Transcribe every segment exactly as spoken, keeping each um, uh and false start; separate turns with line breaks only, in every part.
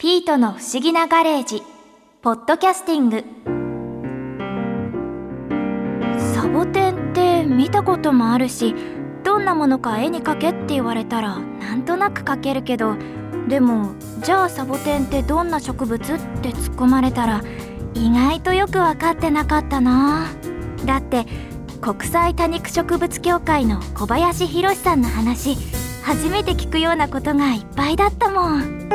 ピートの不思議なガレージポッドキャスティング。サボテンって見たこともあるし、どんなものか絵に描けって言われたらなんとなく描けるけど、でもじゃあサボテンってどんな植物って突っ込まれたら意外とよく分かってなかったな。だって国際多肉植物協会の小林博さんの話、初めて聞くようなことがいっぱいだったもん。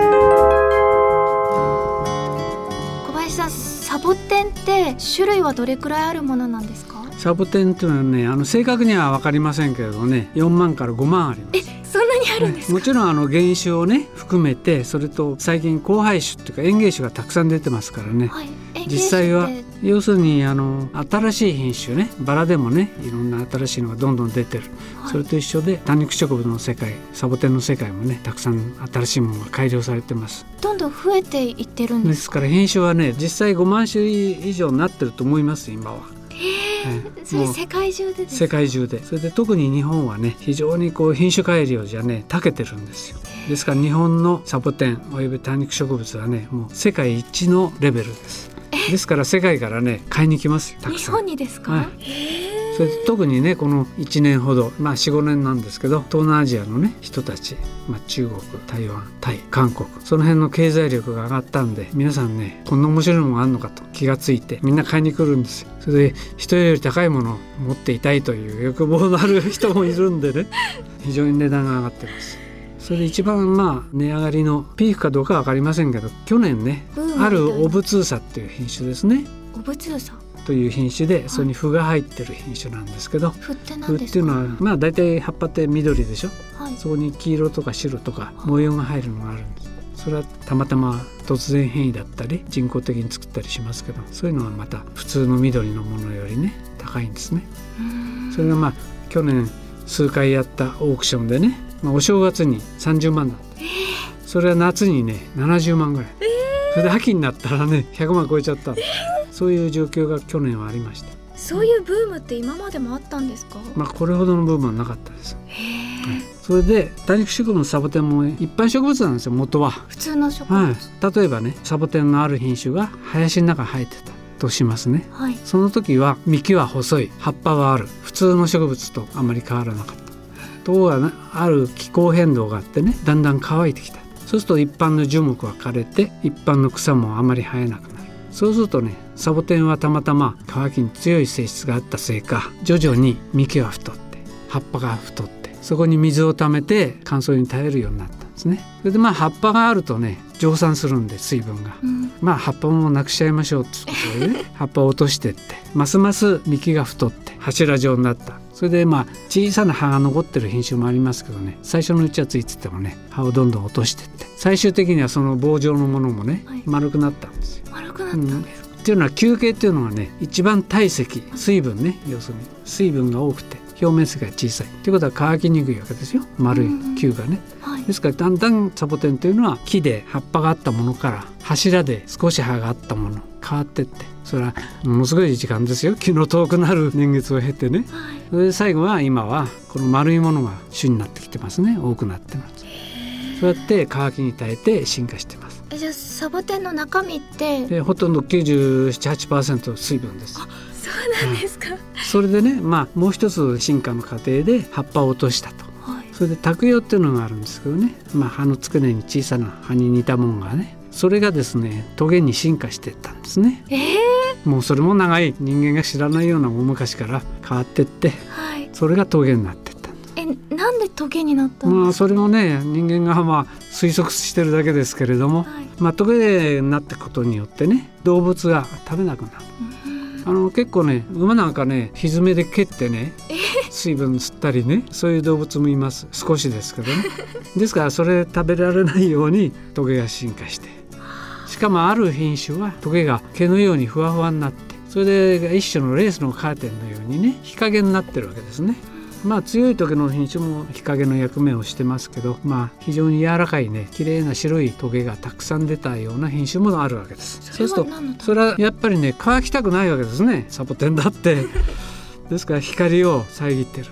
小林さん、サボテンって種類はどれくらいあるものなんですか？
サボテンというのはね、あの正確には分かりませんけれどね、よんまんからごまんあります。
え、そんなにあるんですか？
もちろんあの原種をね含めて、それと最近交配種っていうか園芸種がたくさん出てますからね、
はい、
実際は要するにあの新しい品種ね、バラでもねいろんな新しいのがどんどん出てる、はい、それと一緒で多肉植物の世界、サボテンの世界もねたくさん新しいものが改良されてます。
どんどん増えていってるんですか？
ですから品種はね実際ごまん種類以上になってると思います今は。
えーはい、それ世界中でですか？
世界中で。それで特に日本はね非常にこう品種改良じゃね長けてるんですよ。ですから日本のサボテンおよび多肉植物はねもう世界一のレベルです。ですから世界からね買いに来ますよ、たくさん。
日本にですか？
はい、それで特にねこのいちねんほど、まあ よん、ごねんなんですけど、東南アジアのね人たち、まあ、中国、台湾、タイ、韓国、その辺の経済力が上がったんで、皆さんねこんな面白いものがあるのかと気がついてみんな買いに来るんですよ。それで人より高いものを持っていたいという欲望のある人もいるんでね非常に値段が上がってます。それで一番まあ値上がりのピークかどうかは分かりませんけど、去年ねあるオブツーサっていう品種ですね。
オブツーサ
という品種で、それに斑が入ってる品種なんですけど、
斑って何
斑っ
ですか？
ていうのはまあ大体葉っぱって緑でしょ、
はい、
そこに黄色とか白とか模様が入るのがあるんです。それはたまたま突然変異だったり人工的に作ったりしますけど、そういうのはまた普通の緑のものよりね高いんですね。それがまあ去年数回やったオークションでね、まあ、お正月にさんじゅうまんだった、えー、それは夏にねななじゅうまんぐらい、えー、それで秋になったらねひゃくまん超えちゃった、えー、そういう状況が去年はありました。
そういうブームって今までもあったんですか？
まあ、これほどのブームはなかったです。
へー、
はい、それで多肉植物のサボテンも一般植物なんですよ元は。
普通の植物、はい、
例えばねサボテンのある品種が林の中に生えてたとしますね、
はい、
その時は幹は細い、葉っぱはある、普通の植物とあまり変わらなかった。ところが、ね、ある気候変動があってねだんだん乾いてきた。そうすると一般の樹木は枯れて一般の草もあまり生えなくなる。そうするとねサボテンはたまたま乾きに強い性質があったせいか、徐々に幹は太って葉っぱが太って、そこに水をためて乾燥に耐えるようになったんですね。それでまあ葉っぱがあるとね蒸散するんで水分が、うん、まあ葉っぱもなくしちゃいましょうってことでね葉っぱを落としてってますます幹が太って柱状になった。それでまあ小さな葉が残ってる品種もありますけどね、最初のうちはついててもね葉をどんどん落としてって最終的にはその棒状のものもね、はい、丸くなったんですよ。
丸くなったんですか？
うん、っていうのは球形っていうのはね一番体積、水分ね、要するに水分が多くて表面積が小さいということは乾きにくいわけですよ、丸い球がね、はい、ですからだんだんサボテンというのは木で葉っぱがあったものから柱で少し葉があったもの変わってって、それはものすごい時間ですよ、気の遠くなる年月を経てね、はい、それで最後は今はこの丸いものが主になってきてますね、多くなってます。そうやって乾きに耐えて進化してます。
えじゃあサボテンの中身って
でほとんど きゅうじゅうなな、はちパーセント 水分です。
あ、そうなんですか、
はい、それでね、まあ、もう一つ進化の過程で葉っぱを落としたと、はい、それで托葉っていうのがあるんですけどね、まあ、葉の付け根に小さな葉に似たものがね、それがですねトゲに進化していったんですね。
えー、
もうそれも長い人間が知らないような大昔から変わっていって、はい、それがトゲになっていった。
え、なんでトゲになったんですか？
まあ、それもね人間がまあ推測してるだけですけれども、はい、まあ、トゲになったことによってね動物が食べなくなる。あの結構ね馬なんかねひづめで蹴ってね水分吸ったりね、そういう動物もいます、少しですけどねですからそれ食べられないようにトゲが進化して、しかもある品種はトゲが毛のようにふわふわになって、それで一種のレースのカーテンのようにね日陰になってるわけですね。まあ強いトゲの品種も日陰の役目をしてますけど、まあ非常に柔らかいね綺麗な白いトゲがたくさん出たような品種もあるわけです。そうするとそれはやっぱりね乾きたくないわけですね、サボテンだってですから光を遮ってるわけです。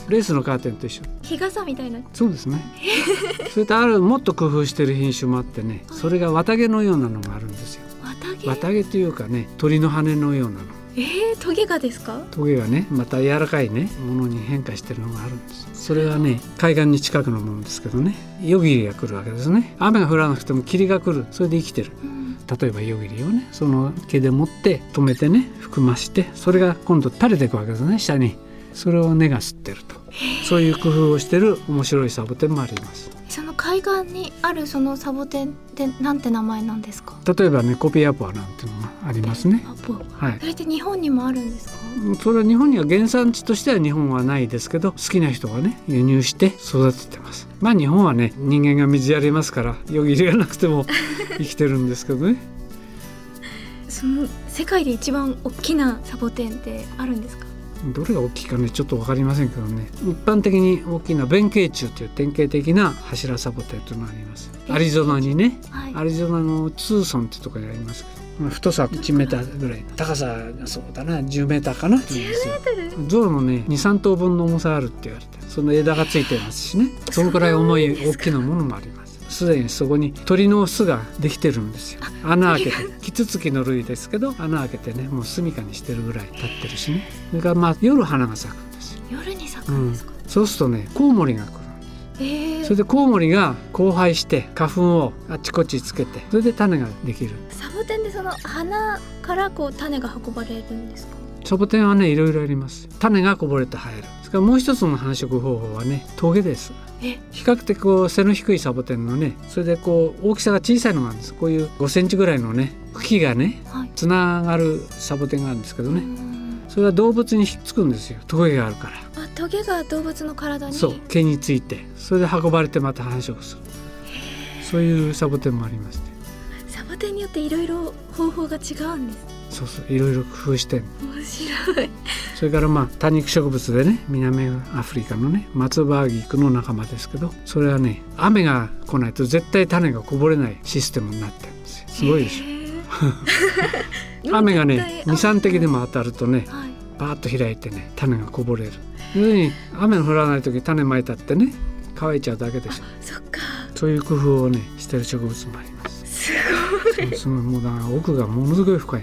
レースのカーテンと一緒。
日傘みたいな。
そうですねそれとあるもっと工夫してる品種もあってね、それが綿毛のようなのがあるんですよ。
綿毛。
綿毛というかね、鳥の羽のようなの。
えー、トゲがですか？
トゲがねまた柔らかいねものに変化してるのがあるんです。それはね海岸に近くのものですけどね、夜霧が来るわけですね。雨が降らなくても霧が来る、それで生きてる、うん、例えば夜霧をねその毛で持って止めてね含まして、それが今度垂れていくわけですね下に。それを根が吸ってると、そういう工夫をしてる面白いサボテンもあります。
その海岸にあるそのサボテンってなんて名前なんですか？
例えばねコピアポアなんていうのがありますね。
はい、それって日本にもあるんですか？
それは日本には原産地としては日本はないですけど、好きな人がね輸入して育ててます。まあ日本はね人間が水やりますから夜霧がなくても生きてるんですけどね
その世界で一番大きなサボテンってあるんですか？
どれが大きいかねちょっと分かりませんけどね、一般的に大きな弁慶虫という典型的な柱サボテンというのがあります。アリゾナにね、はい、アリゾナのツーソンってところにありますけど、まあ、太さいちメーターぐらい、高さがそうだなじゅうメーターかな。
じゅうメートル？
ゾウのね にさん 頭分の重さあるって言われて、その枝がついてますしね、そのくらい重い大きなものもあります。すでにそこに鳥の巣ができてるんですよ。穴開けて、キツツキの類ですけど穴開けてねもう住処にしてるぐらい立ってるしね。それからまあ夜花が咲くんですよ。
夜に咲くんですか？
うん、そうするとねコウモリが来るんです。えー、それでコウモリが交配して花粉をあちこちつけて、それで種ができる。
サボテンでその花からこう種が運ばれるんですか？
サボテンはねいろいろあります。種がこぼれて生える。それからもう一つの繁殖方法はねトゲです。え比較的こう背の低いサボテンのね、それでこう大きさが小さいのがあるんです。こういうごセンチぐらいのね茎がね、はい、つながるサボテンがあるんですけどね、それは動物にひっつくんですよ。トゲがあるから。
あ、トゲが動物の体に。
そう、毛についてそれで運ばれてまた繁殖する。そういうサボテンもありまして、
サボテンによっていろいろ方法が違うんです。
そうそう、いろいろ工夫してんの。
面白い。
それからまあ多肉植物でね、南アフリカのね松葉菊の仲間ですけど、それはね雨が来ないと絶対種がこぼれないシステムになってるんですよ。すごいでしょ雨がね にさん滴でも当たるとね、はい、バーッと開いてね種がこぼれる。要するに雨の降らない時種まいたってね乾いちゃうだけでしょ。
そっか。
そういう工夫をねしてる植物もあります。
すごい。
すごい、もうだから奥がものすごい深い。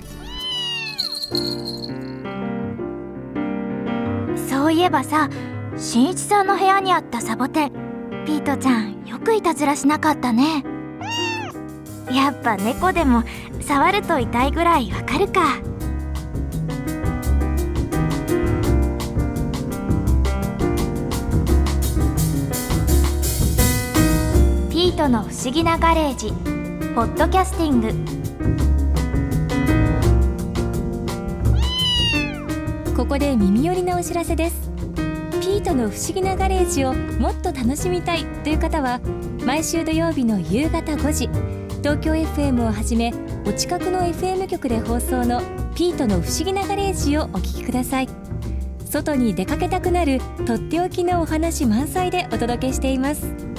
そういえばさ、しんいちさんの部屋にあったサボテン、ピートちゃんよくいたずらしなかったね。やっぱ猫でも触ると痛いぐらいわかるか。ピートの不思議なガレージポッドキャスティング。
ここで耳寄りなお知らせです。ピートの不思議なガレージをもっと楽しみたいという方は、毎週土曜日の夕方ごじ、東京 エフエム をはじめお近くの エフエム 局で放送のピートの不思議なガレージをお聞きください。外に出かけたくなるとっておきのお話満載でお届けしています。